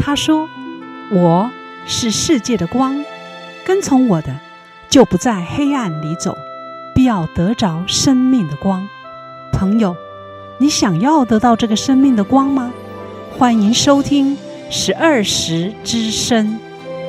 他说，我是世界的光，跟从我的就不在黑暗里走，必要得着生命的光。朋友，你想要得到这个生命的光吗？欢迎收听12时之声。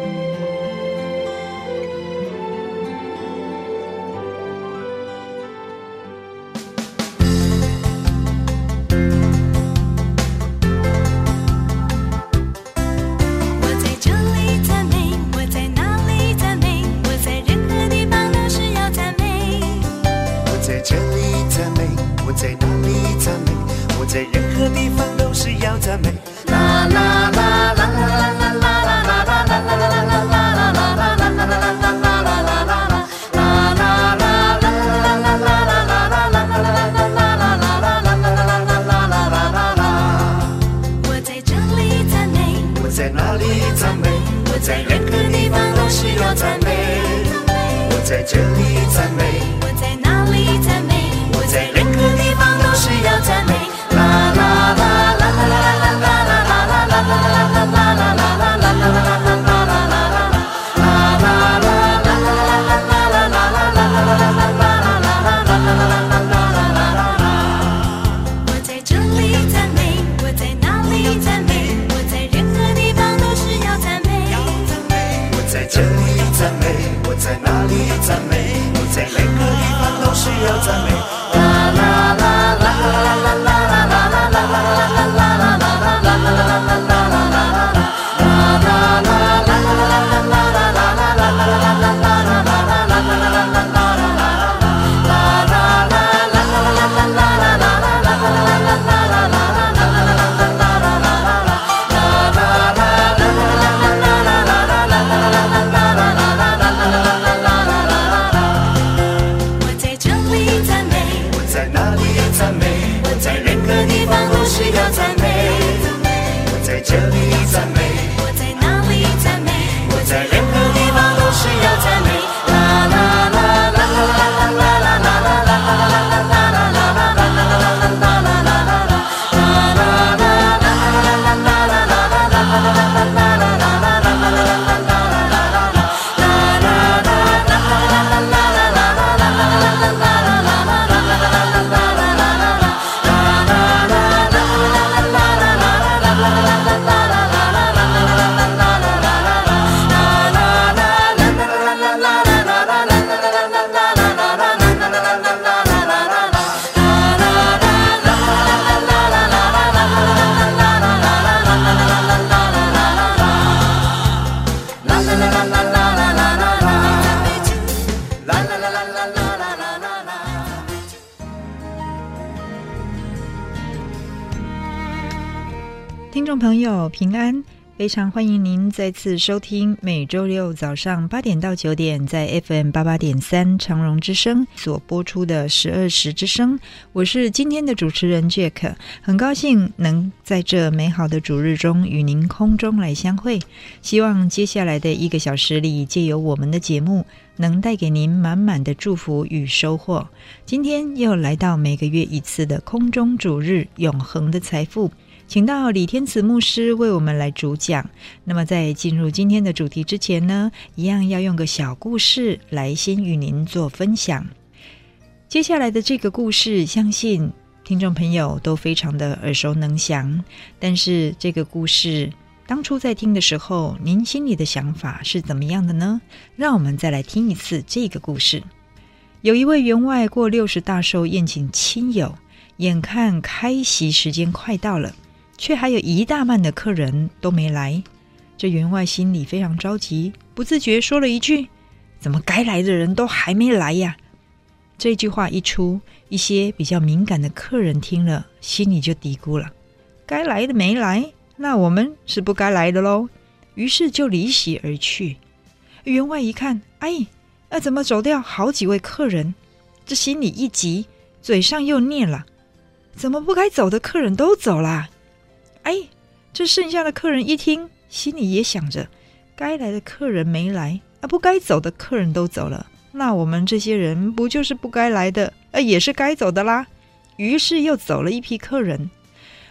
听众朋友平安，非常欢迎您再次收听每周六早上8点到9点在 FM88.3 长荣之声所播出的12时之声。我是今天的主持人 Jack， 很高兴能在这美好的主日中与您空中来相会，希望接下来的1个小时里，借由我们的节目能带给您满满的祝福与收获。今天又来到每个月一次的空中主日永恒的财富，请到李天慈牧师为我们来主讲。那么在进入今天的主题之前呢，一样要用个小故事来先与您做分享。接下来的这个故事，相信听众朋友都非常的耳熟能详，但是这个故事当初在听的时候，您心里的想法是怎么样的呢？让我们再来听一次这个故事。有一位员外过60大寿宴请亲友，眼看开席时间快到了，却还有一大半的客人都没来。这员外心里非常着急，不自觉说了一句：怎么该来的人都还没来呀？这句话一出，一些比较敏感的客人听了，心里就嘀咕了：该来的没来，那我们是不该来的咯。于是就离席而去。员外一看，哎，怎么走掉好几位客人？这心里一急，嘴上又念了：怎么不该走的客人都走啦？哎，这剩下的客人一听，心里也想着：该来的客人没来，不该走的客人都走了，那我们这些人不就是不该来的，也是该走的啦。于是又走了一批客人。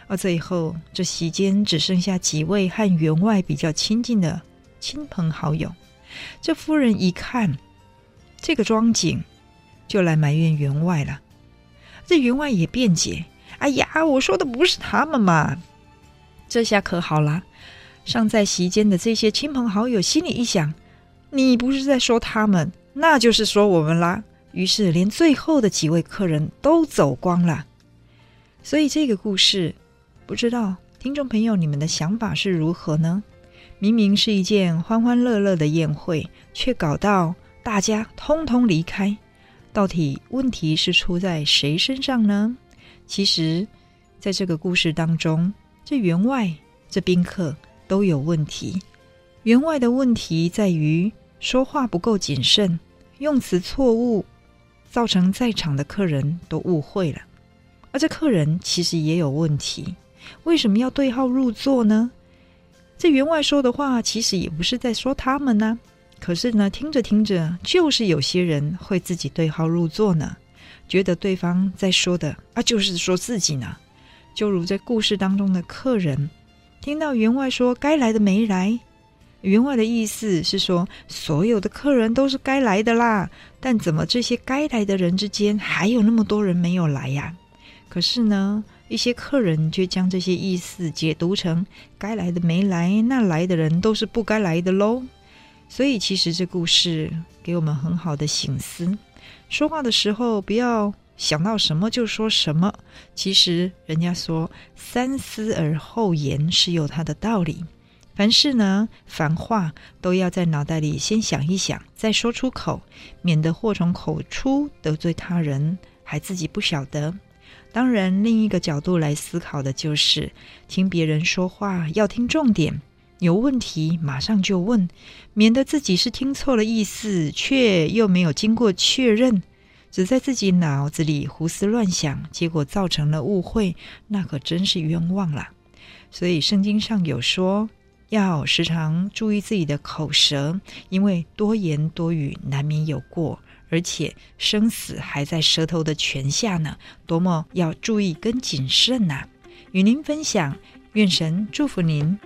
而最后这席间只剩下几位和员外比较亲近的亲朋好友。这夫人一看这个光景，就来埋怨员外了。这员外也辩解，哎呀，我说的不是他们嘛。这下可好啦，尚在席间的这些亲朋好友心里一想，你不是在说他们，那就是说我们啦。于是连最后的几位客人都走光了。所以这个故事，不知道听众朋友你们的想法是如何呢？明明是一件欢欢乐乐的宴会，却搞到大家通通离开，到底问题是出在谁身上呢？其实在这个故事当中，这员外这宾客都有问题。员外的问题在于说话不够谨慎，用词错误，造成在场的客人都误会了。而这客人其实也有问题，为什么要对号入座呢？这员外说的话其实也不是在说他们呢，可是呢，听着听着，就是有些人会自己对号入座呢，觉得对方在说的就是说自己呢。就如这故事当中的客人，听到员外说该来的没来，员外的意思是说所有的客人都是该来的啦，但怎么这些该来的人之间还有那么多人没有来呀？可是呢，一些客人却将这些意思解读成该来的没来，那来的人都是不该来的咯。所以其实这故事给我们很好的省思，说话的时候不要想到什么就说什么，其实人家说三思而后言是有它的道理。凡事呢，凡话都要在脑袋里先想一想，再说出口，免得祸从口出，得罪他人，还自己不晓得。当然，另一个角度来思考的就是，听别人说话要听重点，有问题马上就问，免得自己是听错了意思，却又没有经过确认，只在自己脑子里胡思乱想，结果造成了误会，那可真是冤枉啦。所以圣经上有说，要时常注意自己的口舌，因为多言多语难免有过，而且生死还在舌头的权下呢，多么要注意跟谨慎啊。与您分享，愿神祝福您。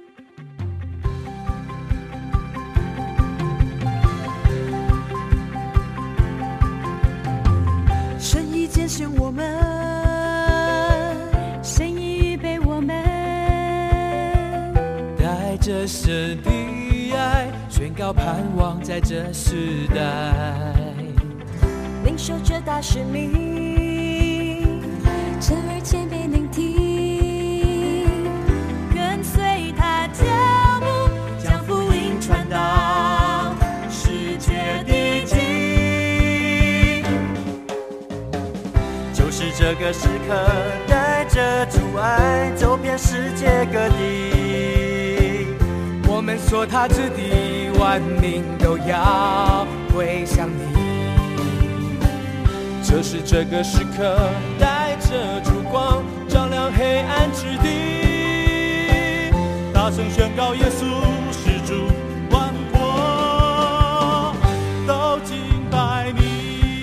神已拣选我们，神已预备我们，带着神的爱，宣告盼望在这时代，领受这大使命，侧耳谦卑聆听，跟随他脚步，将福音传到世界的尽。就是这个时刻，带着主爱走遍世界各地，我们所他之地，万民都要归向你。就是这个时刻，带着烛光照亮黑暗之地，大声宣告耶稣是主，万国都敬拜你。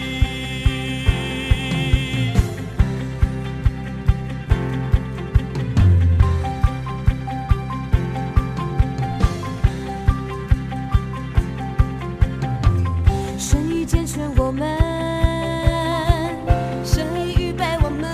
神已拣选我们，神已预备我们，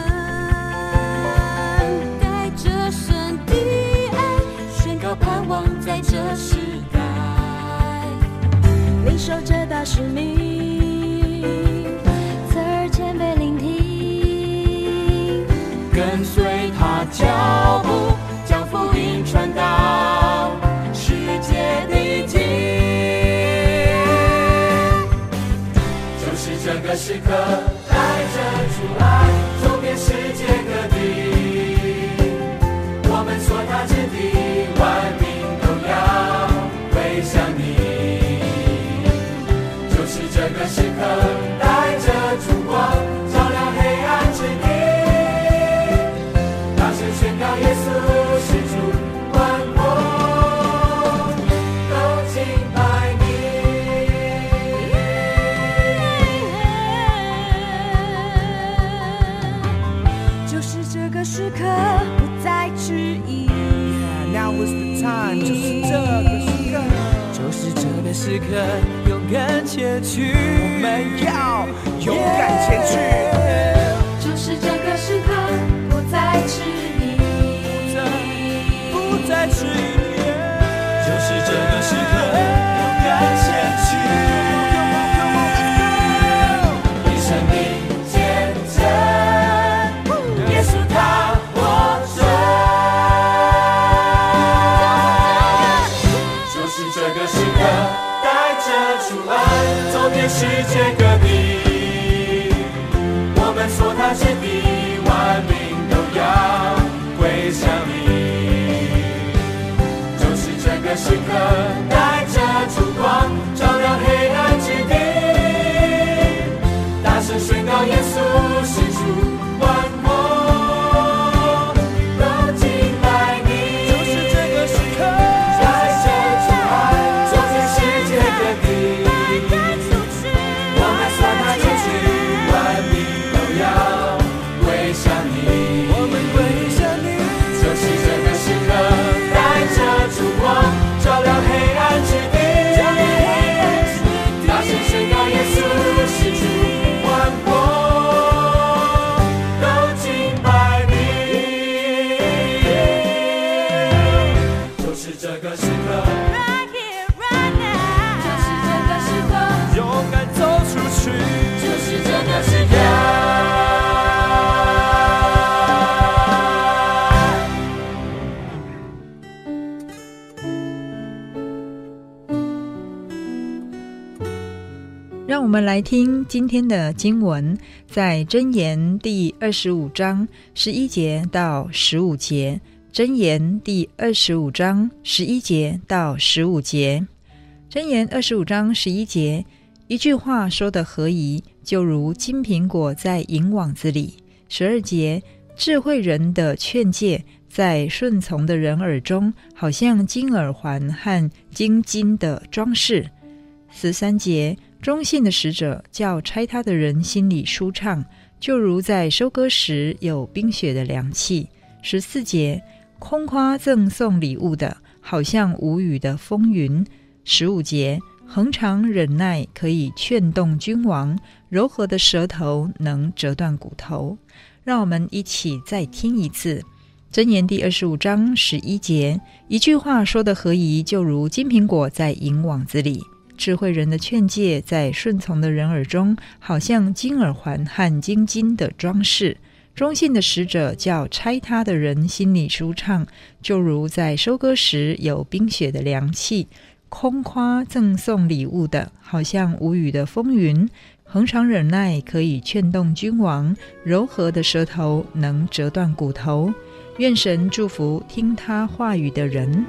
带着神的爱，宣告盼望在这时代，领受这大使命，侧耳谦卑聆听，跟随他脚步，将福音传到世界的尽。这个时刻，带着主爱走遍世界各地，我们所他之地，万民都要归向你。就是这个时刻，带着烛光照亮黑暗之地，大声宣告耶稣是主，万国都敬拜你。 时刻勇敢前去， 我们要勇敢前去。 就是这个时刻，不再迟疑， 不再迟疑，就是这个时刻勇敢前去，以生命见证耶稣他活着。就是这个时刻，带着主爱走遍世界各地，我们所他之地，万民都要归向你。就是这个时刻，带着烛光照亮黑暗之地，大声宣告耶稣是主，万国都敬拜你。就是这个时刻，带着主爱走遍世界各地，我们所他之地，万民都要归向你，我们归向你。就是这个时刻，带着烛光照亮黑暗之地，大声宣告耶稣是主，万国都敬拜你。就是这个时刻， 就是这个时刻， 勇敢走出去，就是这个时刻。 让我们来听今天的经文，在箴言第25章11节到15节。箴言第25章11节到15节。箴言25章11节，一句话说得合宜，就如金苹果在银网子里。12节，智慧人的劝诫在顺从的人耳中，好像金耳环和金金的装饰。13节，忠信的使者叫拆他的人心里舒畅，就如在收割时有冰雪的凉气。14节，空夸赠送礼物的，好像无雨的风云。15节，恒常忍耐可以劝动君王，柔和的舌头能折断骨头。让我们一起再听一次。箴言第25章11节，一句话说得合宜，就如金苹果在银网子里。智慧人的劝诫在顺从的人耳中，好像金耳环和金金的装饰。忠信的使者叫拆他的人心里舒畅，就如在收割时有冰雪的凉气。空夸赠送礼物的，好像无雨的风云。恒常忍耐可以劝动君王，柔和的舌头能折断骨头。愿神祝福听他话语的人。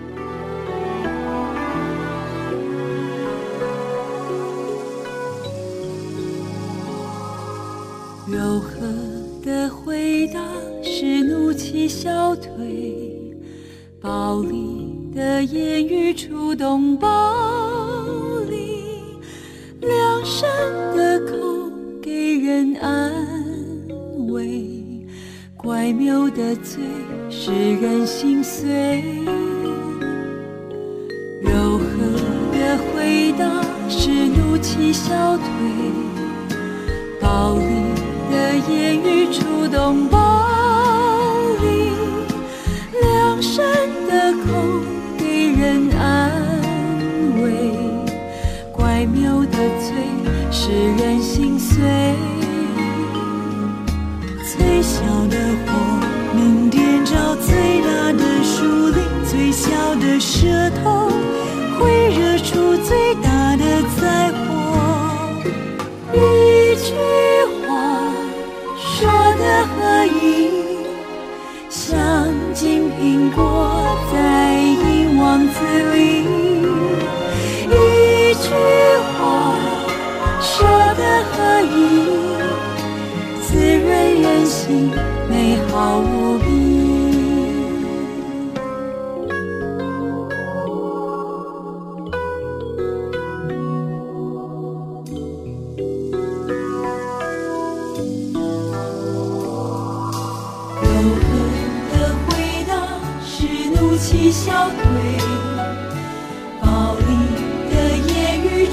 柔和的回答使怒气消退，暴力的言语触动暴力，良善的口给人安慰，乖谬的嘴使人心碎。柔和的回答使怒气消退，暴力的言语触动暴力，良善的口给人安慰，乖谬的嘴使人心碎。最小的火能点着最大的树林，最小的舌头会惹出最大的灾祸。一句话说得合宜，像金苹果在银网子里。一句话说得合宜，滋润人心，美好无比。消退，暴力的言语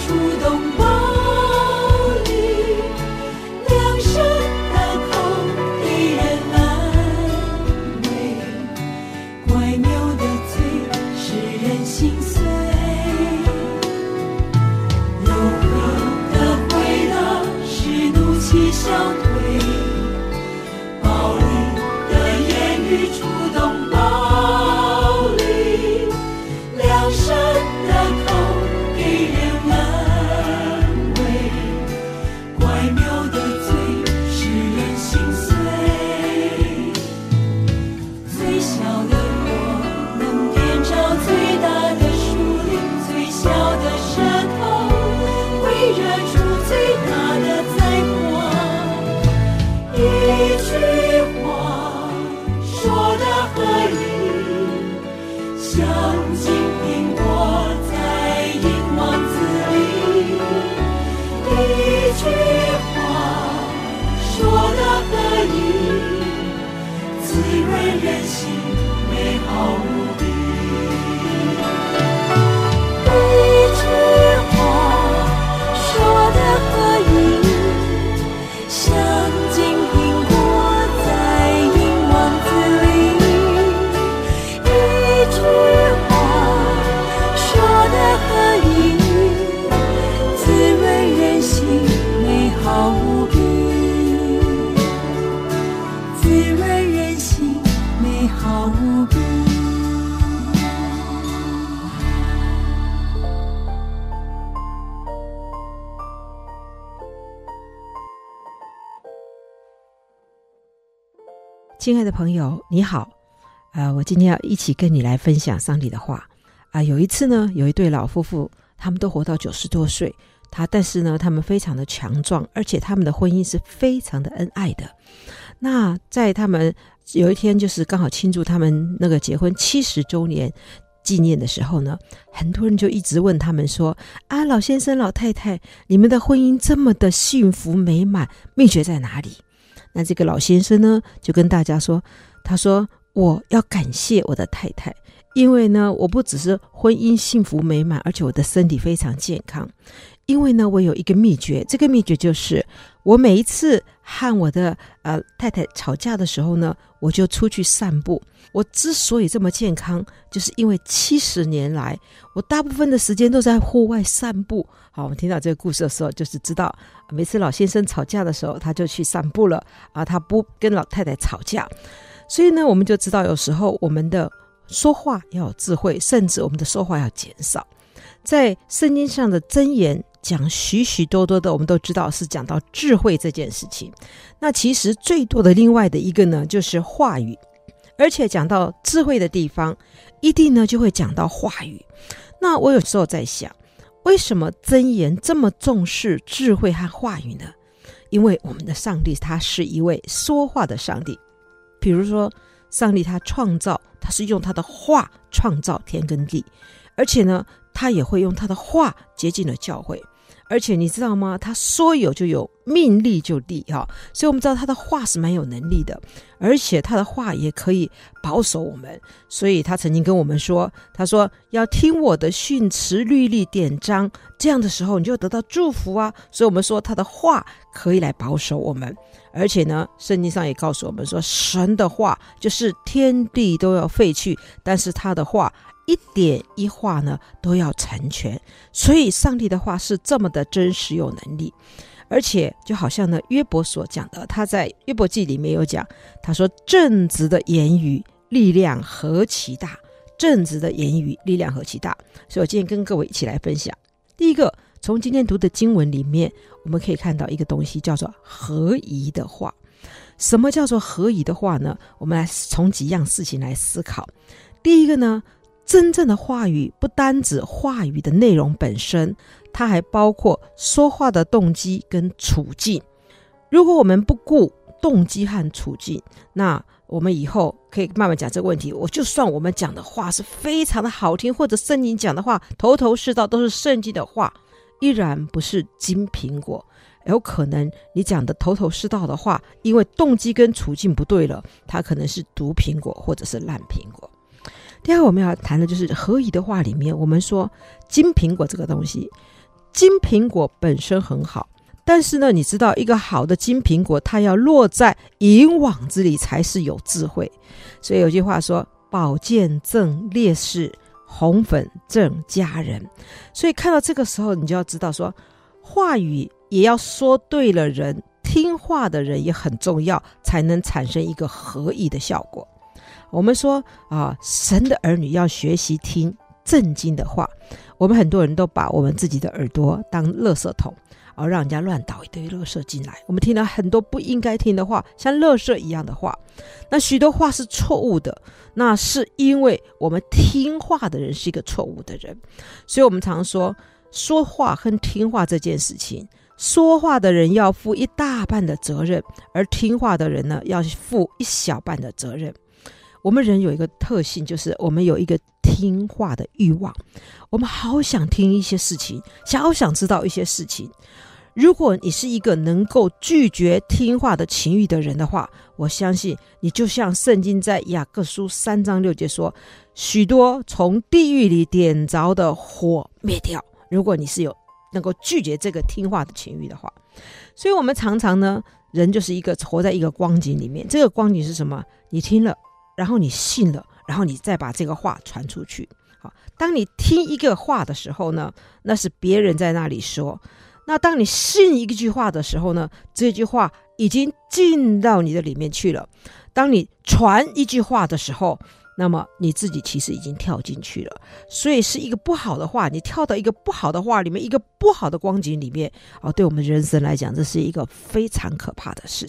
亲爱的朋友，你好，我今天要一起跟你来分享上帝的话。有一次呢，有一对老夫妇，他们都活到90多岁，但是呢，他们非常的强壮，而且他们的婚姻是非常的恩爱的。那在他们有一天就是刚好庆祝他们那个结婚70周年纪念的时候呢，很多人就一直问他们说，老先生老太太，你们的婚姻这么的幸福美满，秘诀在哪里？那这个老先生呢就跟大家说，他说我要感谢我的太太，因为呢我不只是婚姻幸福美满，而且我的身体非常健康。因为呢我有一个秘诀，这个秘诀就是我每一次和我的太太吵架的时候呢，我就出去散步。我之所以这么健康，就是因为70年来我大部分的时间都在户外散步。好，我们听到这个故事的时候就是知道，每次老先生吵架的时候他就去散步了他不跟老太太吵架。所以呢我们就知道有时候我们的说话要有智慧，甚至我们的说话要减少。在圣经上的箴言讲许许多多的，我们都知道是讲到智慧这件事情。那其实最多的另外的一个呢就是话语，而且讲到智慧的地方一定呢就会讲到话语。那我有时候在想，为什么箴言这么重视智慧和话语呢？因为我们的上帝他是一位说话的上帝。比如说上帝他创造，他是用他的话创造天跟地，而且呢他也会用他的话接近了教会。而且你知道吗，他说有就有，命立就立所以我们知道他的话是蛮有能力的，而且他的话也可以保守我们。所以他曾经跟我们说，他说要听我的训词律例典章，这样的时候你就得到祝福所以我们说他的话可以来保守我们。而且呢圣经上也告诉我们说，神的话就是天地都要废去，但是他的话一点一画呢都要成全。所以上帝的话是这么的真实有能力。而且就好像呢约伯所讲的，他在约伯记里面有讲，他说正直的言语力量何其大，正直的言语力量何其大。所以我今天跟各位一起来分享。第一个，从今天读的经文里面我们可以看到一个东西叫做合宜的话。什么叫做合宜的话呢？我们来从几样事情来思考。第一个呢，真正的话语不单指话语的内容本身，它还包括说话的动机跟处境。如果我们不顾动机和处境，那我们以后可以慢慢讲这个问题。就算我们讲的话是非常的好听，或者圣经讲的话头头是道，都是圣经的话，依然不是金苹果。有可能你讲的头头是道的话，因为动机跟处境不对了，它可能是毒苹果或者是烂苹果。第二个我们要谈的就是合宜的话里面，我们说金苹果这个东西，金苹果本身很好，但是呢你知道一个好的金苹果它要落在银网子里才是有智慧。所以有句话说，宝剑正烈士，红粉正佳人。所以看到这个时候你就要知道说，话语也要说对了人，听话的人也很重要，才能产生一个合宜的效果。我们说神的儿女要学习听正经的话。我们很多人都把我们自己的耳朵当垃圾桶，让人家乱倒一堆垃圾进来。我们听了很多不应该听的话，像垃圾一样的话。那许多话是错误的，那是因为我们听话的人是一个错误的人。所以我们常说说话和听话这件事情，说话的人要负一大半的责任，而听话的人呢要负一小半的责任。我们人有一个特性，就是我们有一个听话的欲望，我们好想听一些事情，好想知道一些事情。如果你是一个能够拒绝听话的情欲的人的话，我相信你就像圣经在雅各书3章6节说，许多从地狱里点着的火灭掉。如果你是有能够拒绝这个听话的情欲的话。所以我们常常呢，人就是一个活在一个光景里面。这个光景是什么？你听了，然后你信了，然后你再把这个话传出去。好，当你听一个话的时候呢，那是别人在那里说。那当你信一句话的时候呢，这句话已经进到你的里面去了。当你传一句话的时候，那么你自己其实已经跳进去了。所以是一个不好的话，你跳到一个不好的话里面，一个不好的光景里面，对我们人生来讲，这是一个非常可怕的事情。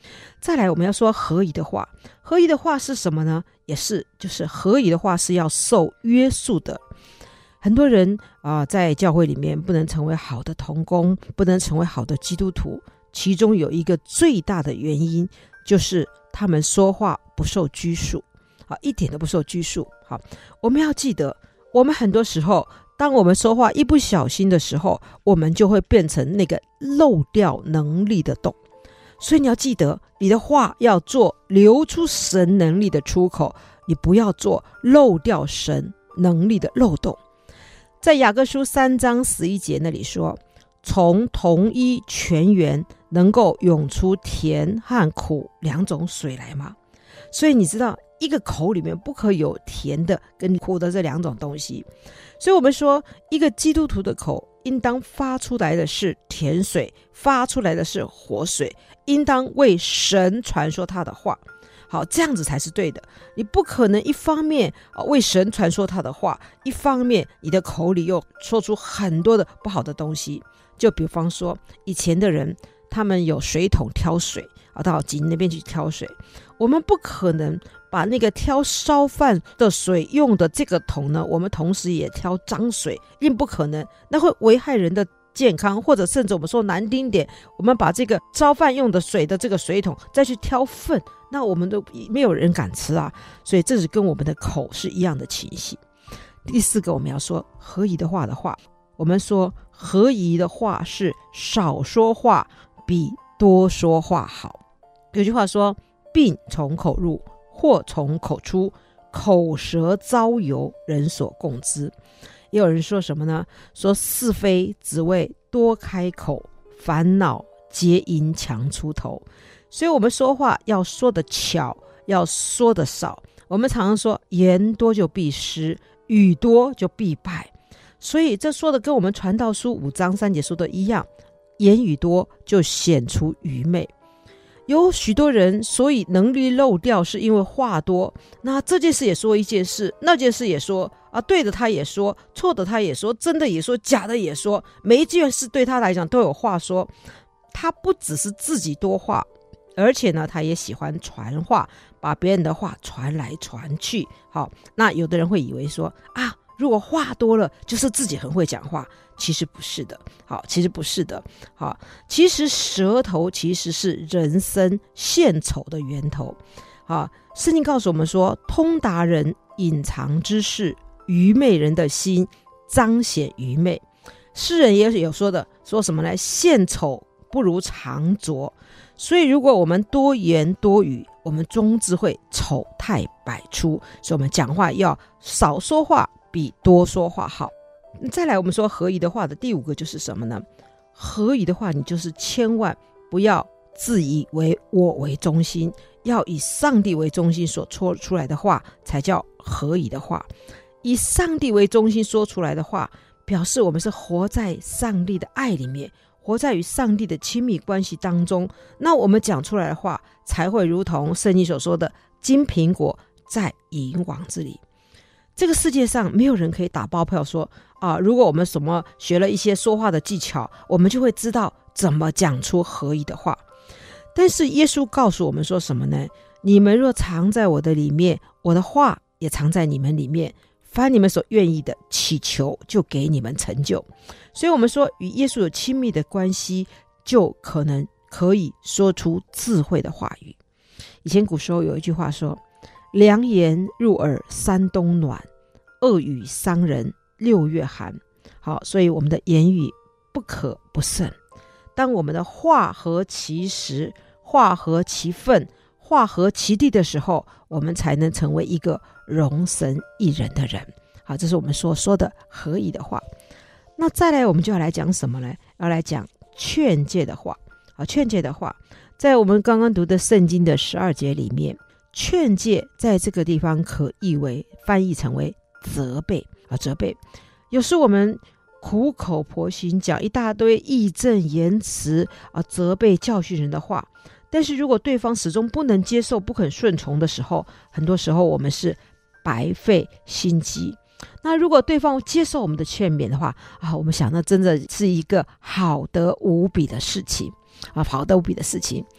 再来我们要说合宜的话，合宜的话是什么呢？也是就是合宜的话是要受约束的。很多人在教会里面不能成为好的同工，不能成为好的基督徒，其中有一个最大的原因就是他们说话不受拘束，一点都不受拘束。好，我们要记得，我们很多时候当我们说话一不小心的时候，我们就会变成那个漏掉能力的洞。所以你要记得，你的话要做流出神能力的出口，你不要做漏掉神能力的漏洞。在雅各书3章11节那里说，从同一泉源能够涌出甜和苦两种水来吗？所以你知道一个口里面不可以有甜的跟苦的这两种东西。所以我们说一个基督徒的口应当发出来的是甜水，发出来的是活水，应当为神传说他的话。好，这样子才是对的。你不可能一方面为神传说他的话，一方面你的口里又说出很多的不好的东西。就比方说以前的人他们有水桶挑水到井那边去挑水，我们不可能把那个挑烧饭的水用的这个桶呢，我们同时也挑脏水，一定不可能，那会危害人的健康，或者甚至我们说难听点，我们把这个烧饭用的水的这个水桶再去挑粪，那我们都没有人敢吃啊。所以这是跟我们的口是一样的情形。第4个我们要说合宜的话，我们说合宜的话是少说话比多说话好。有句话说，病从口入，祸从口出，口舌遭尤，人所共知。也有人说什么呢？说是非只为多开口，烦恼皆因强出头。所以我们说话要说得巧，要说得少。我们常常说言多就必失，语多就必败。所以这说的跟我们传道书5章3节说的一样，言语多就显出愚昧。有许多人所以能力漏掉，是因为话多，那这件事也说一件事，那件事也说对的他也说，错的他也说，真的也说，假的也说，每一件事对他来讲都有话说。他不只是自己多话，而且呢他也喜欢传话，把别人的话传来传去。好，那有的人会以为说如果话多了就是自己很会讲话，其实不是的。好，其实不是的。好，其实舌头其实是人生献丑的源头。好，圣经告诉我们说，通达人隐藏之事，愚昧人的心彰显愚昧。诗人也有说的，说什么呢？献丑不如常拙。所以如果我们多言多语，我们终之会丑态百出。所以我们讲话要少说话比多说话好。再来我们说合宜的话的第5个就是什么呢？合宜的话，你就是千万不要自以为我为中心，要以上帝为中心所说出来的话才叫合宜的话。以上帝为中心说出来的话，表示我们是活在上帝的爱里面，活在与上帝的亲密关系当中，那我们讲出来的话才会如同圣经所说的金苹果在银网子里。这个世界上没有人可以打包票说如果我们学了一些说话的技巧，我们就会知道怎么讲出合宜的话。但是耶稣告诉我们说什么呢？你们若藏在我的里面，我的话也藏在你们里面，凡你们所愿意的祈求，就给你们成就。所以我们说与耶稣有亲密的关系，就可以说出智慧的话语。以前古时候有一句话说，良言入耳3冬暖，恶语伤人6月寒。好，所以我们的言语不可不慎。当我们的话合其时，话合其分，话合其地的时候，我们才能成为一个容神益人的人。好，这是我们所说的合宜的话。那再来我们就要来讲什么呢？要来讲劝诫的话。好，劝诫的话在我们刚刚读的圣经的12节里面，劝诫在这个地方可翻译成为责备。责备有时我们苦口婆心讲一大堆义正言辞责备教训人的话，但是如果对方始终不能接受，不肯顺从的时候，很多时候我们是白费心机。那如果对方接受我们的劝勉的话我们想那真的是一个好得无比的事情。好得无比的事情。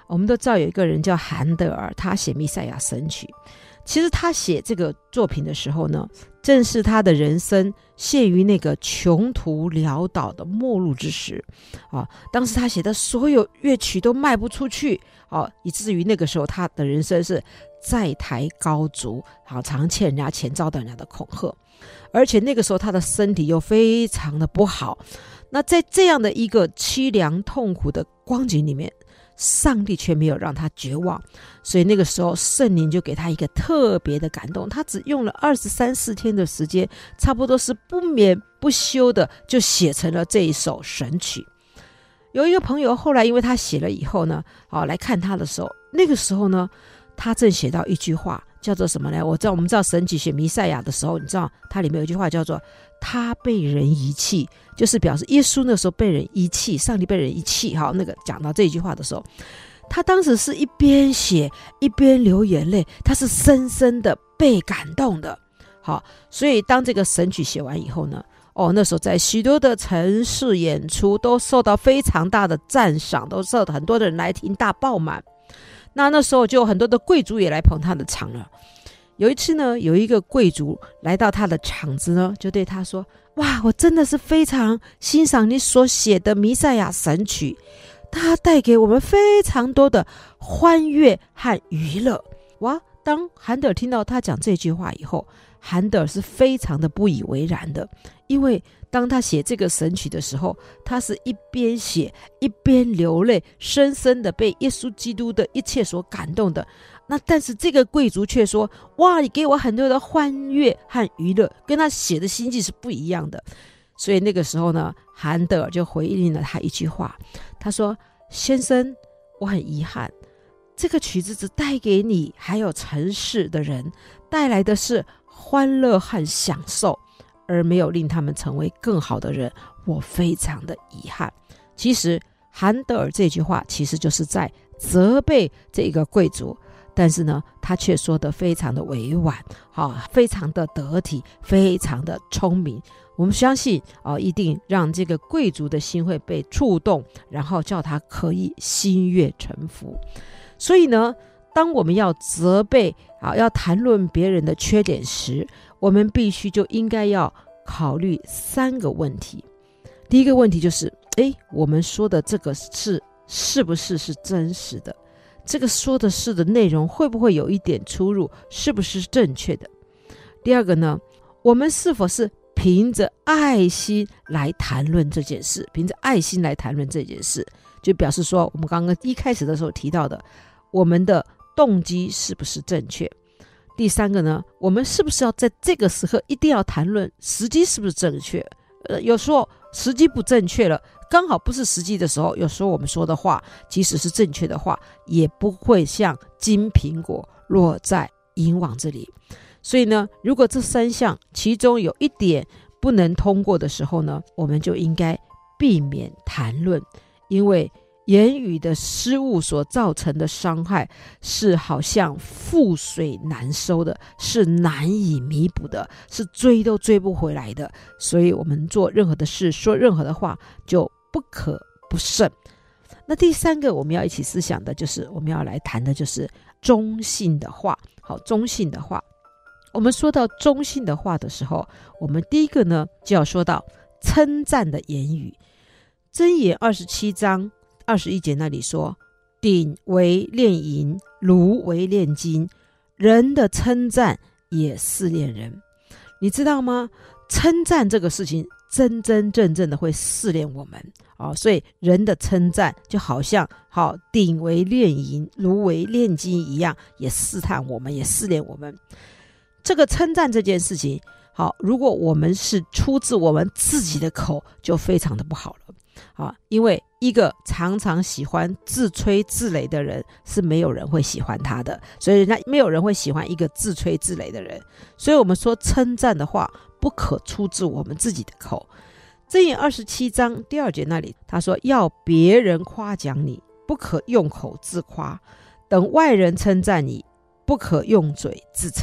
我们都知道有一个人叫韩德尔，他写弥赛亚神曲。其实他写这个作品的时候呢，正是他的人生陷于那个穷途潦倒的末路之时当时他写的所有乐曲都卖不出去以至于那个时候他的人生是债台高筑常欠人家钱，遭到人家的恐吓，而且那个时候他的身体又非常的不好。那在这样的一个凄凉痛苦的光景里面，上帝却没有让他绝望，所以那个时候圣灵就给他一个特别的感动，他只用了23、4天的时间，差不多是不眠不休的就写成了这一首神曲。有一个朋友后来因为他写了以后呢来看他的时候，那个时候呢他正写到一句话叫做什么呢？我们知道神曲写弥赛亚的时候，你知道它里面有一句话叫做他被人遗弃，就是表示耶稣那时候被人遗弃，上帝被人遗弃那个讲到这一句话的时候，他当时是一边写一边流眼泪，他是深深的被感动的。所以当这个神曲写完以后呢那时候在许多的城市演出都受到非常大的赞赏，都受到很多的人来听，大爆满。那时候就有很多的贵族也来捧他的场了。有一次呢，有一个贵族来到他的场子呢，就对他说，哇，我真的是非常欣赏你所写的弥赛亚神曲，它带给我们非常多的欢悦和娱乐。哇，当韩德尔听到他讲这句话以后，韩德尔是非常的不以为然的，因为当他写这个神曲的时候，他是一边写一边流泪，深深的被耶稣基督的一切所感动的。那但是这个贵族却说，哇，你给我很多的欢悦和娱乐，跟他写的心境是不一样的。所以那个时候呢，韩德尔就回应了他一句话，他说，先生，我很遗憾，这个曲子只带给你还有城市的人带来的是欢乐和享受，而没有令他们成为更好的人，我非常的遗憾。其实韩德尔这句话其实就是在责备这个贵族，但是呢他却说得非常的委婉非常的得体，非常的聪明。我们相信一定让这个贵族的心会被触动，然后叫他可以心悦诚服。所以呢，当我们要责备要谈论别人的缺点时，我们必须就应该要考虑3个问题。第一个问题就是我们说的这个事是不是真实的，这个说的事的内容会不会有一点出入，是不是正确的。第二个呢，我们是否是凭着爱心来谈论这件事，凭着爱心来谈论这件事，就表示说我们刚刚一开始的时候提到的，我们的动机是不是正确。第3个呢，我们是不是要在这个时刻一定要谈论时机是不是正确。有时候时机不正确了，刚好不是时机的时候，有时候我们说的话即使是正确的话，也不会像金苹果落在银网这里。所以呢，如果这3项其中有一点不能通过的时候呢，我们就应该避免谈论，因为言语的失误所造成的伤害是好像覆水难收的，是难以弥补的，是追都追不回来的。所以我们做任何的事，说任何的话，就不可不慎。那第3个我们要一起思想的就是我们要来谈的就是中性的话。中性的话，我们说到中性的话的时候，我们第一个呢就要说到称赞的言语。箴言27章21节那里说，鼎为炼银，炉为炼金，人的称赞也试炼人。你知道吗？称赞这个事情真真正正的会试炼我们所以人的称赞就好像鼎为炼银，炉为炼金一样，也试探我们，也试炼我们。这个称赞这件事情如果我们是出自我们自己的口，就非常的不好了因为一个常常喜欢自吹自擂的人是没有人会喜欢他的，所以人家没有人会喜欢一个自吹自擂的人。所以我们说称赞的话不可出自我们自己的口。箴言27章第2节那里他说，要别人夸奖你，不可用口自夸，等外人称赞你，不可用嘴自称。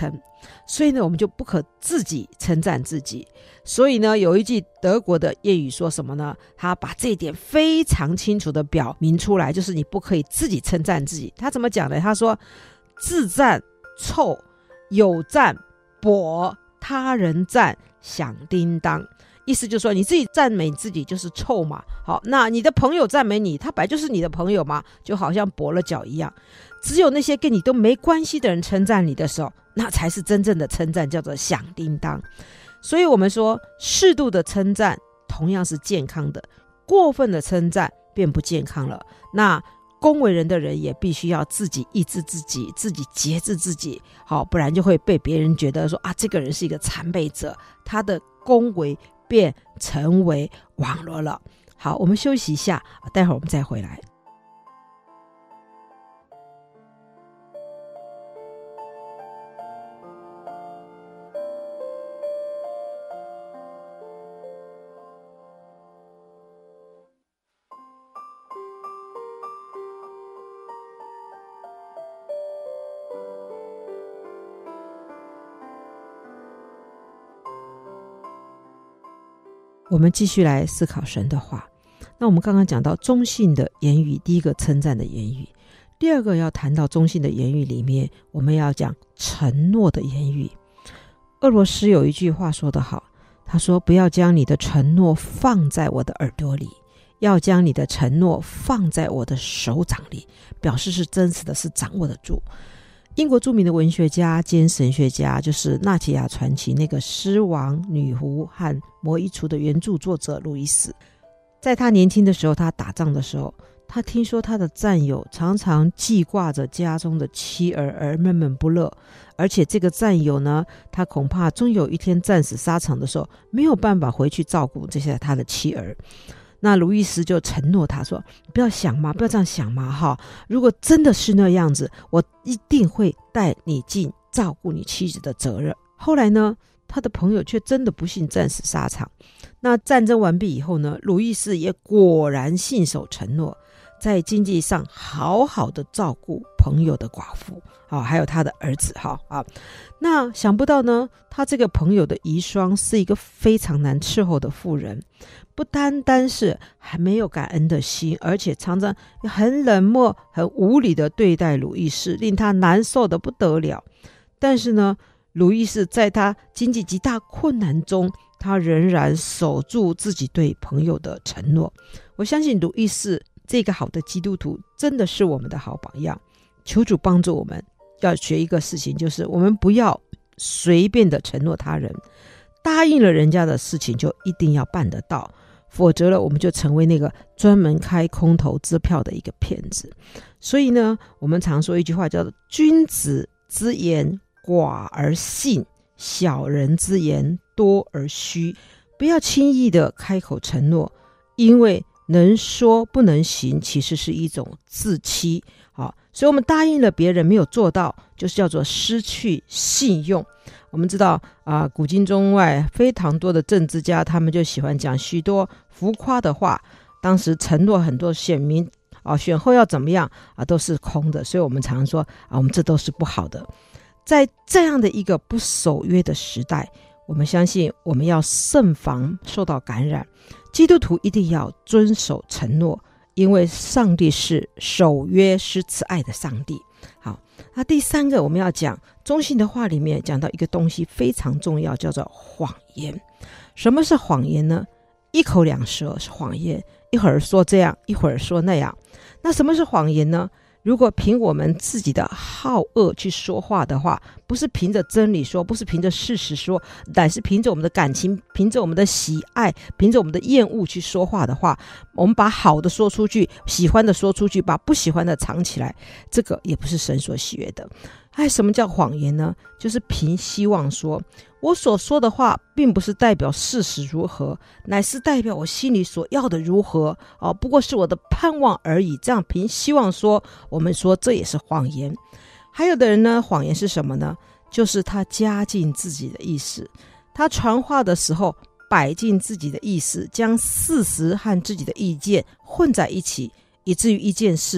所以呢，我们就不可自己称赞自己。所以呢，有一句德国的谚语说什么呢？他把这一点非常清楚的表明出来，就是你不可以自己称赞自己。他怎么讲呢？他说自赞臭，有赞跛，他人赞响叮当。意思就是说，你自己赞美自己就是臭嘛。好，那你的朋友赞美你，他本来就是你的朋友嘛，就好像跛了脚一样。只有那些跟你都没关系的人称赞你的时候，那才是真正的称赞，叫做响叮当。所以我们说，适度的称赞同样是健康的，过分的称赞便不健康了。那恭维人的人也必须要自己抑制自己，自己节制自己，好，不然就会被别人觉得说啊，这个人是一个残废者，他的恭维便成为网络了。好，我们休息一下，待会儿我们再回来。我们继续来思考神的话。那我们刚刚讲到中性的言语，第一个称赞的言语，第二个要谈到中性的言语里面，我们要讲承诺的言语。俄罗斯有一句话说得好，他说不要将你的承诺放在我的耳朵里，要将你的承诺放在我的手掌里，表示是真实的，是掌握得住。英国著名的文学家兼神学家，就是纳奇亚传奇那个狮王、女狐和魔衣橱的原著作者路易斯。在他年轻的时候，他打仗的时候，他听说他的战友常常记挂着家中的妻儿而闷闷不乐，而且这个战友呢，他恐怕终有一天战死沙场的时候，没有办法回去照顾这些他的妻儿。那路易斯就承诺他说，不要想嘛，不要这样想嘛哈，如果真的是那样子，我一定会带你尽照顾你妻子的责任。后来呢，他的朋友却真的不幸战死沙场。那战争完毕以后呢，路易斯也果然信守承诺，在经济上好好的照顾朋友的寡妇，还有他的儿子。那想不到呢，他这个朋友的遗孀是一个非常难伺候的妇人，不单单是还没有感恩的心，而且常常很冷漠很无理的对待路易斯，令他难受的不得了。但是呢，路易斯在他经济极大困难中，他仍然守住自己对朋友的承诺。我相信路易斯这个好的基督徒真的是我们的好榜样。求主帮助我们要学一个事情，就是我们不要随便的承诺他人，答应了人家的事情就一定要办得到，否则了我们就成为那个专门开空头支票的一个骗子。所以呢，我们常说一句话叫做君子之言寡而信，小人之言多而虚。不要轻易的开口承诺，因为能说不能行其实是一种自欺。所以我们答应了别人没有做到，就是叫做失去信用。我们知道古今中外非常多的政治家，他们就喜欢讲许多浮夸的话，当时承诺很多选民选后要怎么样都是空的。所以我们常说我们这都是不好的。在这样的一个不守约的时代，我们相信我们要慎防受到感染。基督徒一定要遵守承诺，因为上帝是守约施慈爱的上帝。好，那第三个我们要讲中性的话里面讲到一个东西非常重要，叫做谎言。什么是谎言呢？一口两舌是谎言，一会儿说这样，一会儿说那样。那什么是谎言呢？如果凭我们自己的好恶去说话的话，不是凭着真理说，不是凭着事实说，乃是凭着我们的感情，凭着我们的喜爱，凭着我们的厌恶去说话的话，我们把好的说出去，喜欢的说出去，把不喜欢的藏起来，这个也不是神所喜悦的。什么叫谎言呢？就是凭希望说，我所说的话并不是代表事实如何，乃是代表我心里所要的如何不过是我的盼望而已。这样凭希望说，我们说这也是谎言。还有的人呢，谎言是什么呢？就是他加进自己的意思，他传话的时候摆进自己的意思，将事实和自己的意见混在一起，以至于一件事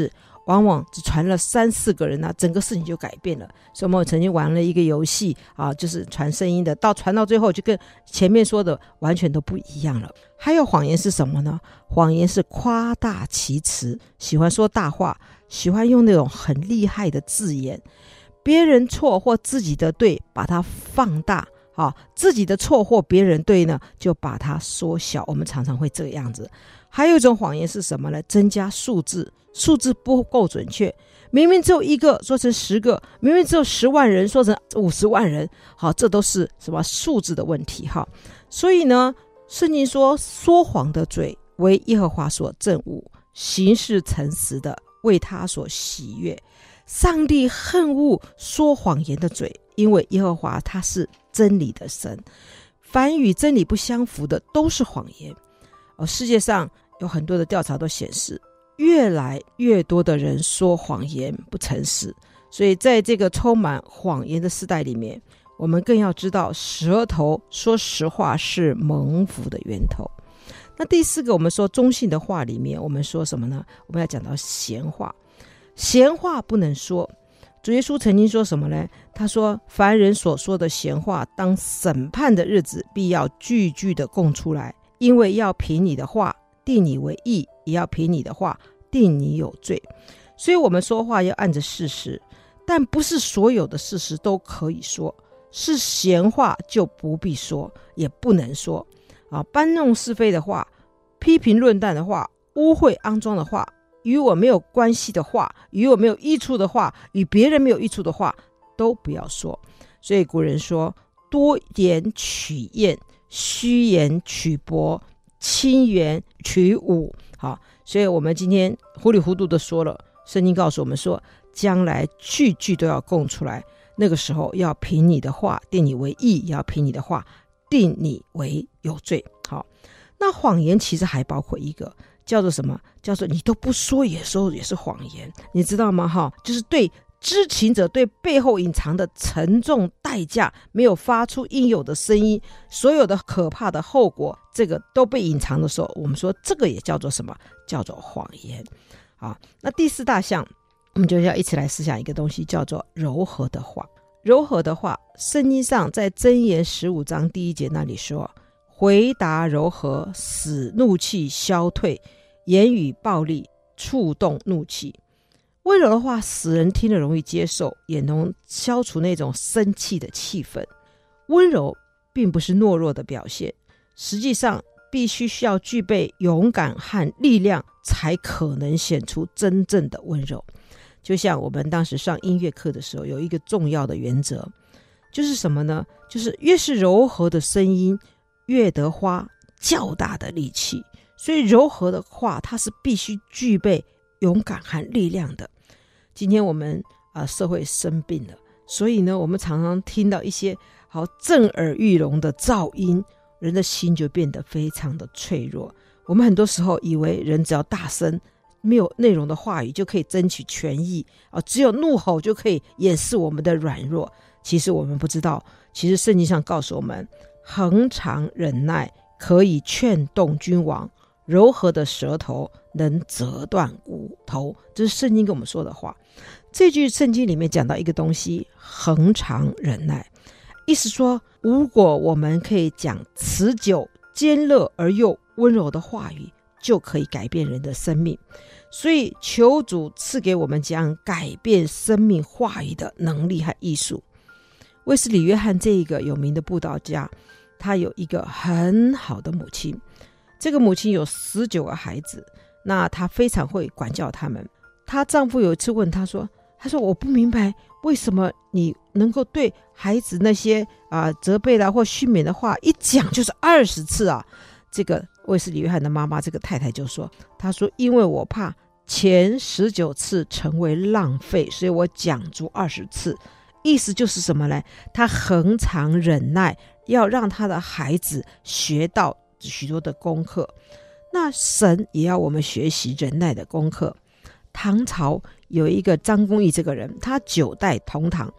往往只传了3-4个人整个事情就改变了。所以我们曾经玩了一个游戏就是传声音的，传到最后就跟前面说的完全都不一样了。还有谎言是什么呢？谎言是夸大其词，喜欢说大话，喜欢用那种很厉害的字眼，别人错或自己的对把它放大，自己的错或别人对呢就把它缩小，我们常常会这个样子。还有一种谎言是什么呢？增加数字，数字不够准确，明明只有1个说成10个，明明只有10万人说成50万人，这都是什么数字的问题。所以呢，圣经说说谎的嘴为耶和华所憎恶，行事诚实的为他所喜悦。上帝恨恶说谎言的嘴，因为耶和华他是真理的神，凡与真理不相符的都是谎言。世界上有很多的调查都显示，越来越多的人说谎言不诚实，所以在这个充满谎言的时代里面，我们更要知道舌头说实话是蒙福的源头。那第4个，我们说中性的话里面，我们说什么呢？我们要讲到闲话。闲话不能说，主耶稣曾经说什么呢？他说凡人所说的闲话，当审判的日子必要句句的供出来，因为要凭你的话定你为义，也要凭你的话定你有罪。所以我们说话要按着事实，但不是所有的事实都可以说，是闲话就不必说，也不能说搬弄是非的话，批评论断的话，污秽肮脏的话，与我没有关系的话，与我没有益处的话，与别人没有益处的话都不要说。所以古人说多言取厌，虚言取博，轻言取侮。所以我们今天糊里糊涂的说了，圣经告诉我们说将来句句都要供出来，那个时候要凭你的话定你为义，也要凭你的话定你为有罪。那谎言其实还包括一个叫做什么？叫做你都不说也是谎言，你知道吗？就是对知情者对背后隐藏的沉重代价没有发出应有的声音，所有的可怕的后果，这个都被隐藏的时候，我们说这个也叫做什么？叫做谎言。那第4大项，我们就要一起来思想一个东西，叫做柔和的话。柔和的话，圣经上在箴言15章第1节那里说，回答柔和，使怒气消退，言语暴力，触动怒气。温柔的话使人听了容易接受，也能消除那种生气的气氛。温柔并不是懦弱的表现，实际上必须需要具备勇敢和力量，才可能显出真正的温柔。就像我们当时上音乐课的时候，有一个重要的原则，就是什么呢？就是越是柔和的声音，越得花较大的力气。所以柔和的话，它是必须具备勇敢和力量的。今天我们社会生病了，所以呢，我们常常听到一些好震耳欲聋的噪音，人的心就变得非常的脆弱。我们很多时候以为人只要大声，没有内容的话语就可以争取权益，只有怒吼就可以掩饰我们的软弱。其实我们不知道，其实圣经上告诉我们，恒常忍耐可以劝动君王，柔和的舌头能折断骨头。这是圣经跟我们说的话。这句圣经里面讲到一个东西，恒常忍耐，意思说如果我们可以讲持久坚热而又温柔的话语，就可以改变人的生命。所以求主赐给我们讲改变生命话语的能力和艺术。卫斯理约翰这一个有名的布道家，他有一个很好的母亲，这个母亲有19个孩子，那她非常会管教他们。她丈夫有一次问她说我不明白为什么你能够对孩子那些责备啦或训勉的话一讲就是20次啊。这个卫斯理约翰的妈妈这个太太就说，她说因为我怕前19次成为浪费，所以我讲足20次。意思就是什么呢？她恒常忍耐，要让她的孩子学到许多的功课。那神也要我们学习忍耐的功课。唐朝有一个张公义这个人，他9代同堂，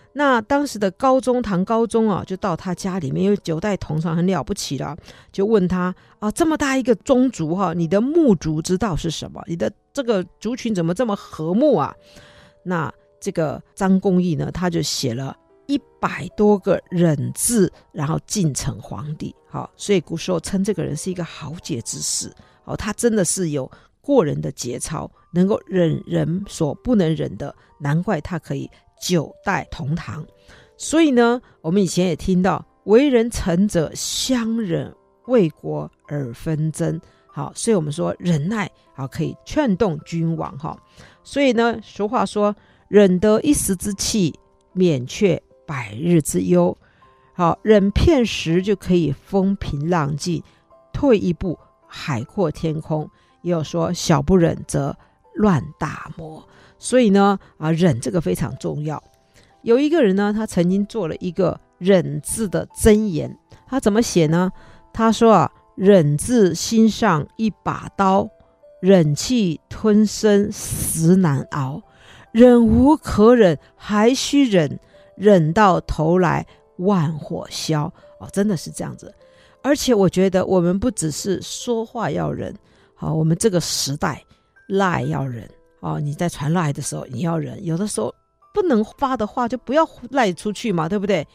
那当时的唐高宗啊，就到他家里面，因为9代同堂很了不起了，就问他啊，这么大一个宗族你的牧族之道是什么？你的这个族群怎么这么和睦啊？那这个张公义呢，他就写了100多个忍字，然后进呈皇帝。所以古时候称这个人是一个豪杰之士。他真的是有过人的节操，能够忍人所不能忍的，难怪他可以9代同堂。所以呢，我们以前也听到为人臣者相忍，为国而纷争。所以我们说忍耐可以劝动君王。所以呢，俗话说忍得一时之气，免却百日之忧。忍片时就可以风平浪静，退一步海阔天空。也有说小不忍则乱大谋。所以呢忍这个非常重要。有一个人呢，他曾经做了一个忍字的箴言。他怎么写呢？他说忍字心上一把刀，忍气吞声实难熬，忍无可忍还须忍，忍到头来万火消。真的是这样子。而且我觉得我们不只是说话要忍，我们这个时代赖要忍。你在传赖的时候你要忍，有的时候不能发的话就不要赖出去嘛，对不对？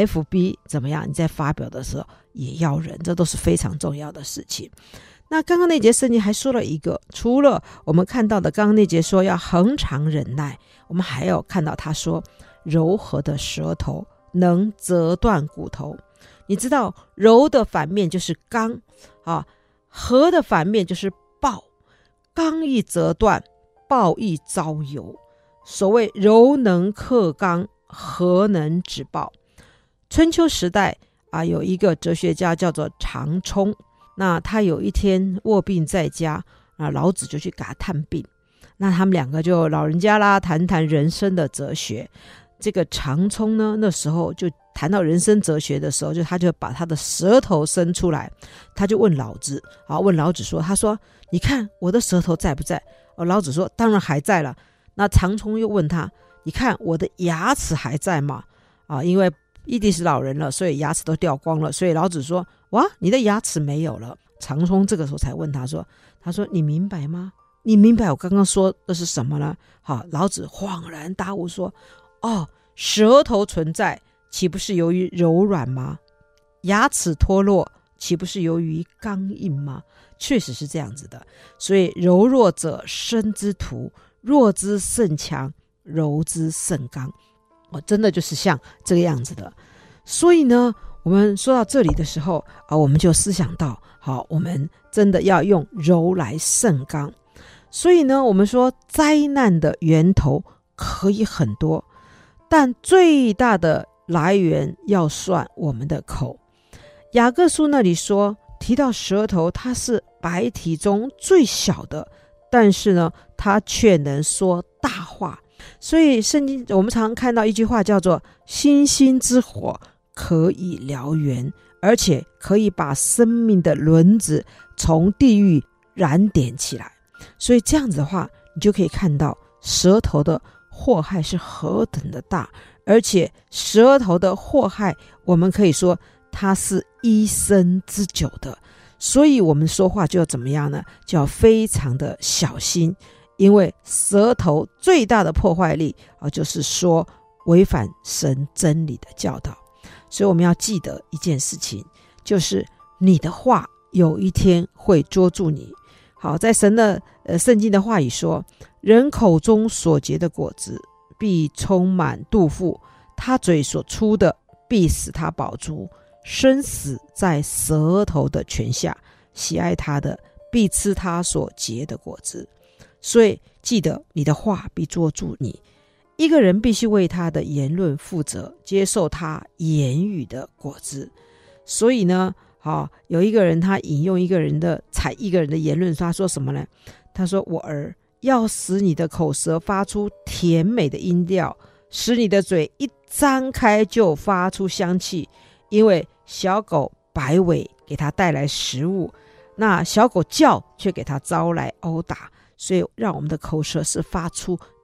FB 怎么样，你在发表的时候也要忍，这都是非常重要的事情。那刚刚那节圣经还说了一个，除了我们看到的刚刚那节说要恒常忍耐，我们还有看到他说柔和的舌头能折断骨头。你知道柔的反面就是刚和的反面就是暴，刚一折断，暴一招尤。所谓柔能克刚，和能止暴。春秋时代有一个哲学家叫做常冲。那他有一天卧病在家，老子就去给他探病。那他们两个就老人家啦，谈谈人生的哲学。这个常冲呢，那时候就谈到人生哲学的时候，他就把他的舌头伸出来，他就问老子说，他说你看我的舌头在不在？老子说当然还在了。那常冲又问他，你看我的牙齿还在吗？因为一定是老人了，所以牙齿都掉光了，所以老子说哇，你的牙齿没有了。常冲这个时候才问他说你明白吗？你明白我刚刚说的是什么呢？老子恍然大悟说，舌头存在岂不是由于柔软吗？牙齿脱落岂不是由于刚硬吗？确实是这样子的。所以柔弱者生之徒，弱之甚强，柔之甚刚。真的就是像这个样子的。所以呢，我们说到这里的时候我们就思想到我们真的要用柔来胜刚。所以呢，我们说灾难的源头可以很多，但最大的来源要算我们的口。雅各书那里说，提到舌头，它是百体中最小的，但是呢，它却能说大话。所以圣经我们常常看到一句话叫做星星之火可以燎原，而且可以把生命的轮子从地狱燃点起来。所以这样子的话，你就可以看到舌头的祸害是何等的大，而且舌头的祸害我们可以说它是一生之久的。所以我们说话就要怎么样呢？就要非常的小心。因为舌头最大的破坏力就是说违反神真理的教导。所以我们要记得一件事情，就是你的话有一天会捉住你。在神的圣经的话语说，人口中所结的果子必充满肚腹，他嘴所出的必使他饱足。生死在舌头的权下，喜爱他的必吃他所结的果子。所以记得你的话必捉住你。一个人必须为他的言论负责，接受他言语的果子。所以呢有一个人他引用一个人的言论，他说什么呢？他说，我儿，要使你的口舌发出甜美的音调，使你的嘴一张开就发出香气。因为小狗摆尾给他带来食物，那小狗叫却给他招来殴打。所以让我们的口舌是发出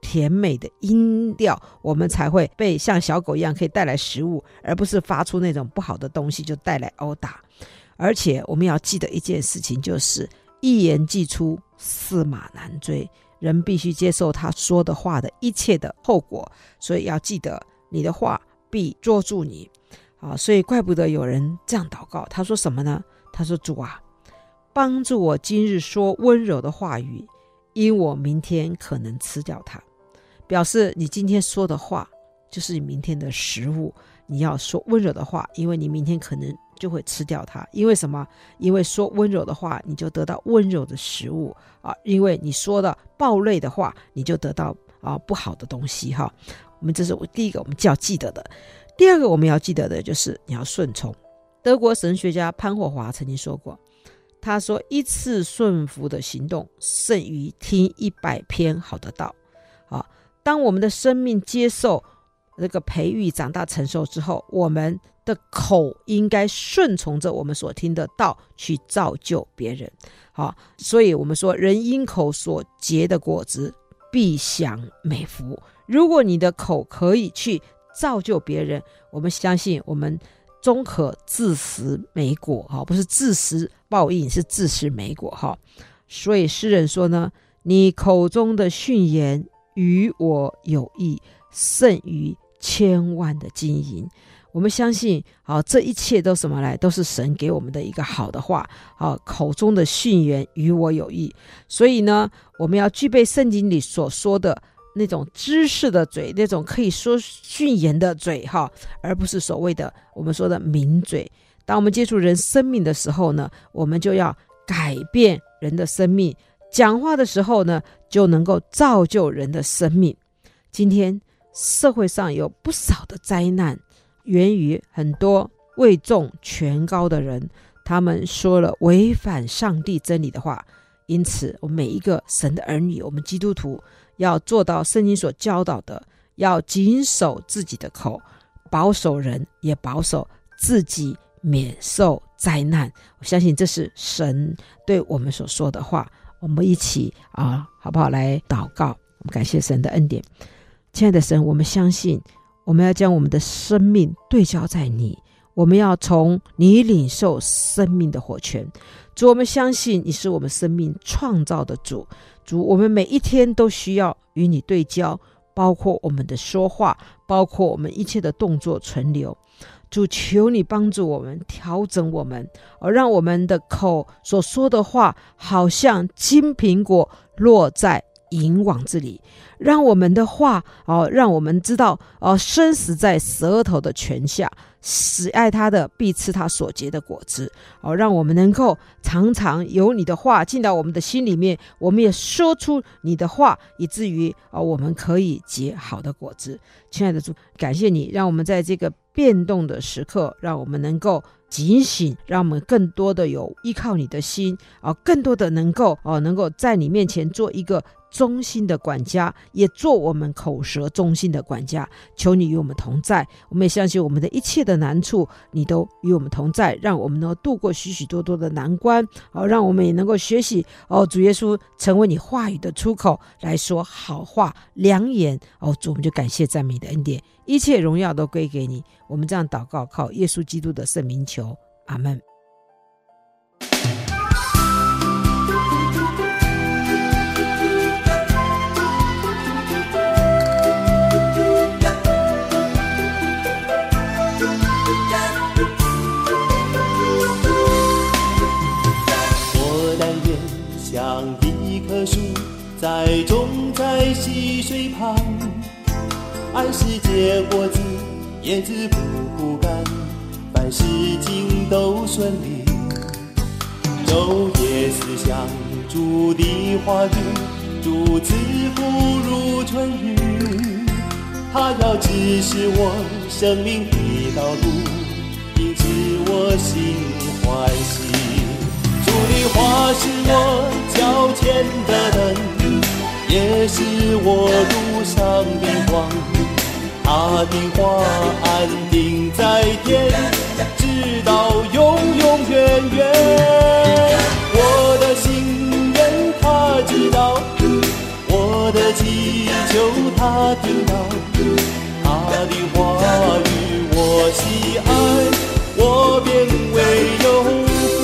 甜美的音调，我们才会被像小狗一样可以带来食物，而不是发出那种不好的东西就带来殴打。而且我们要记得一件事情，就是一言既出，驷马难追，人必须接受他说的话的一切的后果，所以要记得你的话必捉住你。所以怪不得有人这样祷告，他说什么呢？他说，主啊，帮助我今日说温柔的话语，因我明天可能吃掉它。表示你今天说的话就是你明天的食物，你要说温柔的话，因为你明天可能就会吃掉它。因为什么？因为说温柔的话，你就得到温柔的食物因为你说的暴戾的话，你就得到不好的东西我们这是第一个我们就要记得的。第二个我们要记得的就是你要顺从。德国神学家潘霍华曾经说过，他说一次顺服的行动胜于听100篇好的道。当我们的生命接受这个培育长大成熟之后，我们的口应该顺从着我们所听的道去造就别人。所以我们说人因口所结的果子必享美福。如果你的口可以去造就别人，我们相信我们终可自食美果，不是自食报应，是自食美果。所以诗人说呢，你口中的训言与我有益，胜于千万的金银。我们相信这一切都什么来？都是神给我们的一个好的话。口中的训言与我有益，所以呢，我们要具备圣经里所说的那种知识的嘴，那种可以说训言的嘴而不是所谓的我们说的名嘴。当我们接触人生命的时候呢，我们就要改变人的生命，讲话的时候呢，就能够造就人的生命。今天社会上有不少的灾难，源于很多位重权高的人，他们说了违反上帝真理的话。因此我们每一个神的儿女，我们基督徒要做到圣经所教导的，要谨守自己的口，保守人也保守自己免受灾难。我相信这是神对我们所说的话。我们一起好不好来祷告？我们感谢神的恩典。亲爱的神，我们相信我们要将我们的生命对焦在你，我们要从你领受生命的活泉。主，我们相信你是我们生命创造的主。主，我们每一天都需要与你对焦，包括我们的说话，包括我们一切的动作存留。主，求你帮助我们，调整我们，让我们的口所说的话好像金苹果落在银网子里，让我们的话让我们知道生死在舌头的泉下，喜爱他的必吃他所结的果子。让我们能够常常有你的话进到我们的心里面，我们也说出你的话，以至于我们可以结好的果子。亲爱的主，感谢你让我们在这个变动的时刻，让我们能够警醒，让我们更多的有依靠你的心，更多的能够在你面前做一个忠心的管家，也做我们口舌忠心的管家。求你与我们同在，我们也相信我们的一切的难处你都与我们同在，让我们能够度过许许多多的难关，让我们也能够学习主耶稣成为你话语的出口，来说好话良言。主，我们就感谢赞美你的恩典，一切荣耀都归给你。我们这样祷告，靠耶稣基督的圣名求，阿们。 像一棵树栽种在溪水旁，按时结果子，叶子不枯干，凡事尽都顺利。昼夜思想主的话语，主赐福如春雨。他要指示我生命的道路，因此我心欢喜。主的话是我脚前的灯，也是我路上的光。他的话安定在天，直到永永远远。我的心愿他知道，我的祈求他听到，他的话语我喜爱，我便为有福。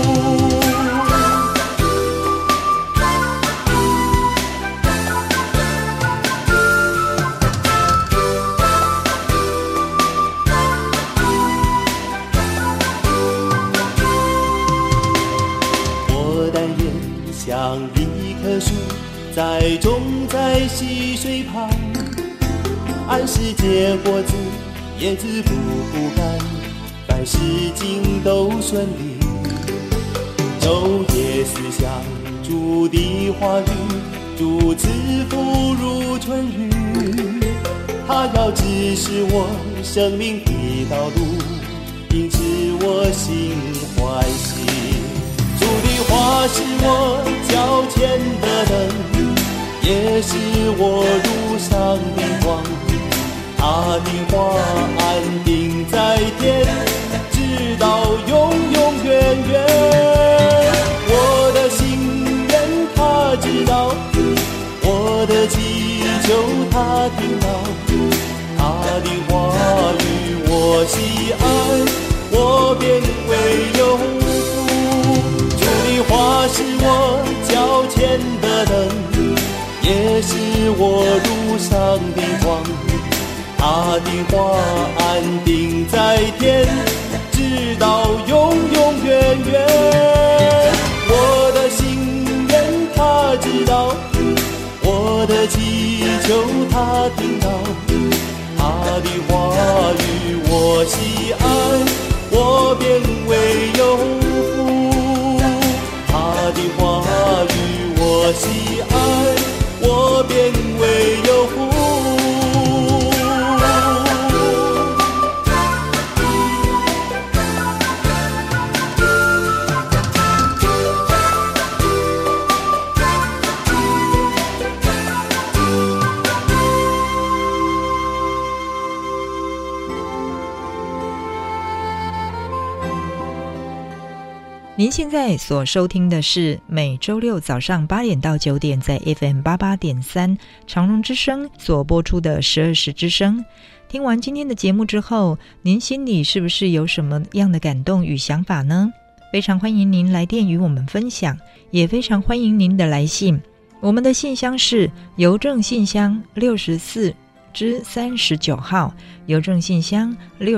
我但愿像一棵树栽种在溪水旁，按时结果子，叶子不枯干，凡事情都顺利。昼夜思想主的话语，主赐福如春雨。他要指示我生命的道路，因此我心欢喜。主的话是我脚前的灯，也是我路上的光。他的话安定在天，直到永永远远。我的心愿他知道，我的祈求他听到。他的话语我喜爱，我便为有福。主的话是我脚前的灯，也是我路上的光。他的话安定在天，直到永永远远。我的心愿他知道，我的祈求他听到。他的话语我喜爱，我便为有福。他的话语我喜爱，我便为有福。 您现在所收听的是每周六早上8点到9点在 FM88.3 长荣之声所播出的12时之声。听完今天的节目之后，您心里是不是有什么样的感动与想法呢？非常欢迎您来电与我们分享，也非常欢迎您的来信。我们的信箱是邮政信箱64-39号，邮政信箱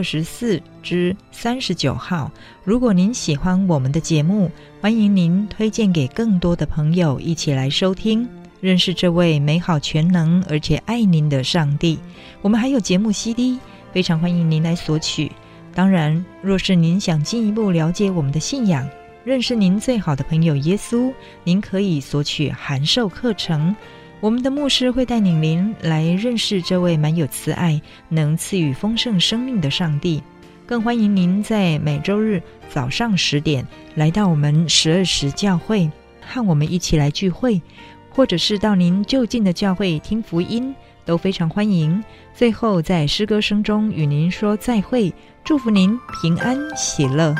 64-39号。如果您喜欢我们的节目，欢迎您推荐给更多的朋友一起来收听，认识这位美好全能而且爱您的上帝。我们还有节目 CD， 非常欢迎您来索取。当然，若是您想进一步了解我们的信仰，认识您最好的朋友耶稣，您可以索取函授课程。我们的牧师会带领您来认识这位满有慈爱、能赐予丰盛生命的上帝。更欢迎您在每周日早上10点来到我们12时教会，和我们一起来聚会，或者是到您就近的教会听福音，都非常欢迎。最后在诗歌声中与您说再会，祝福您平安喜乐。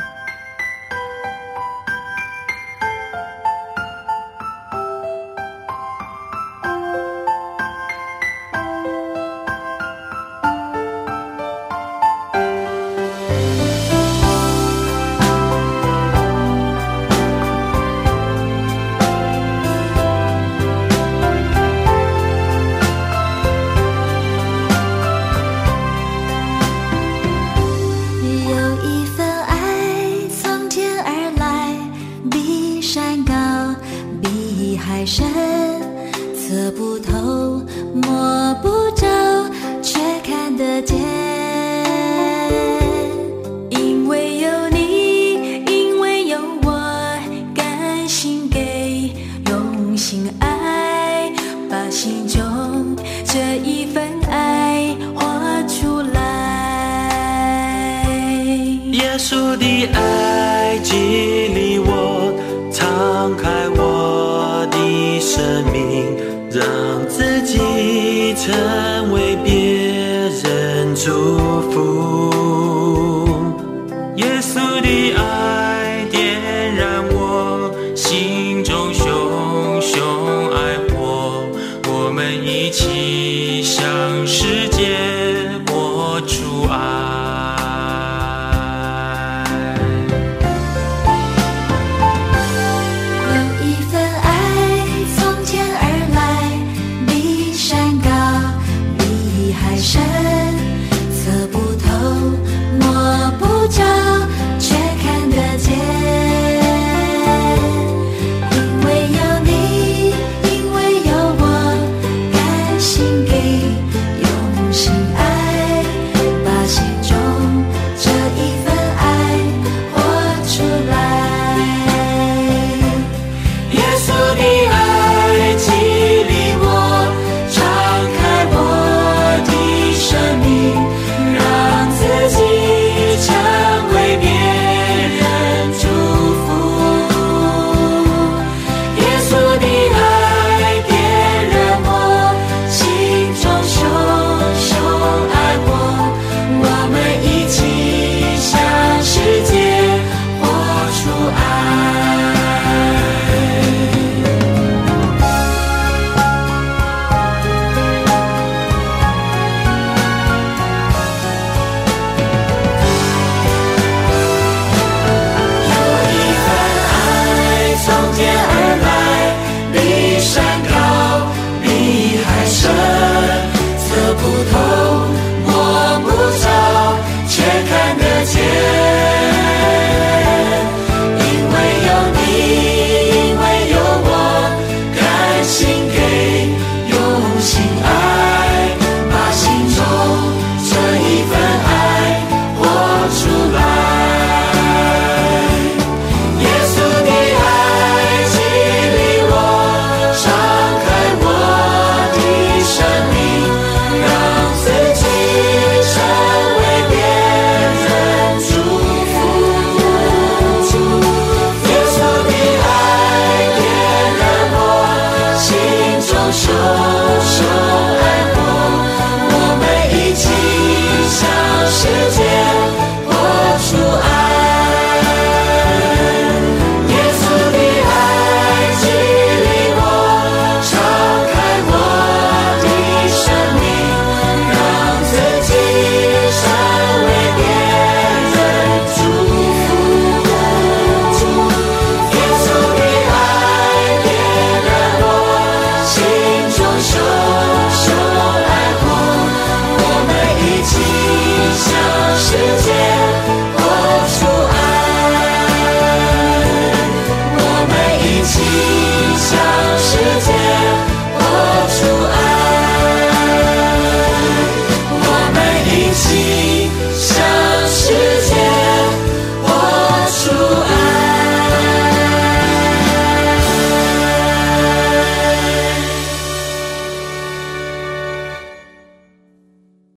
成为别人祝福。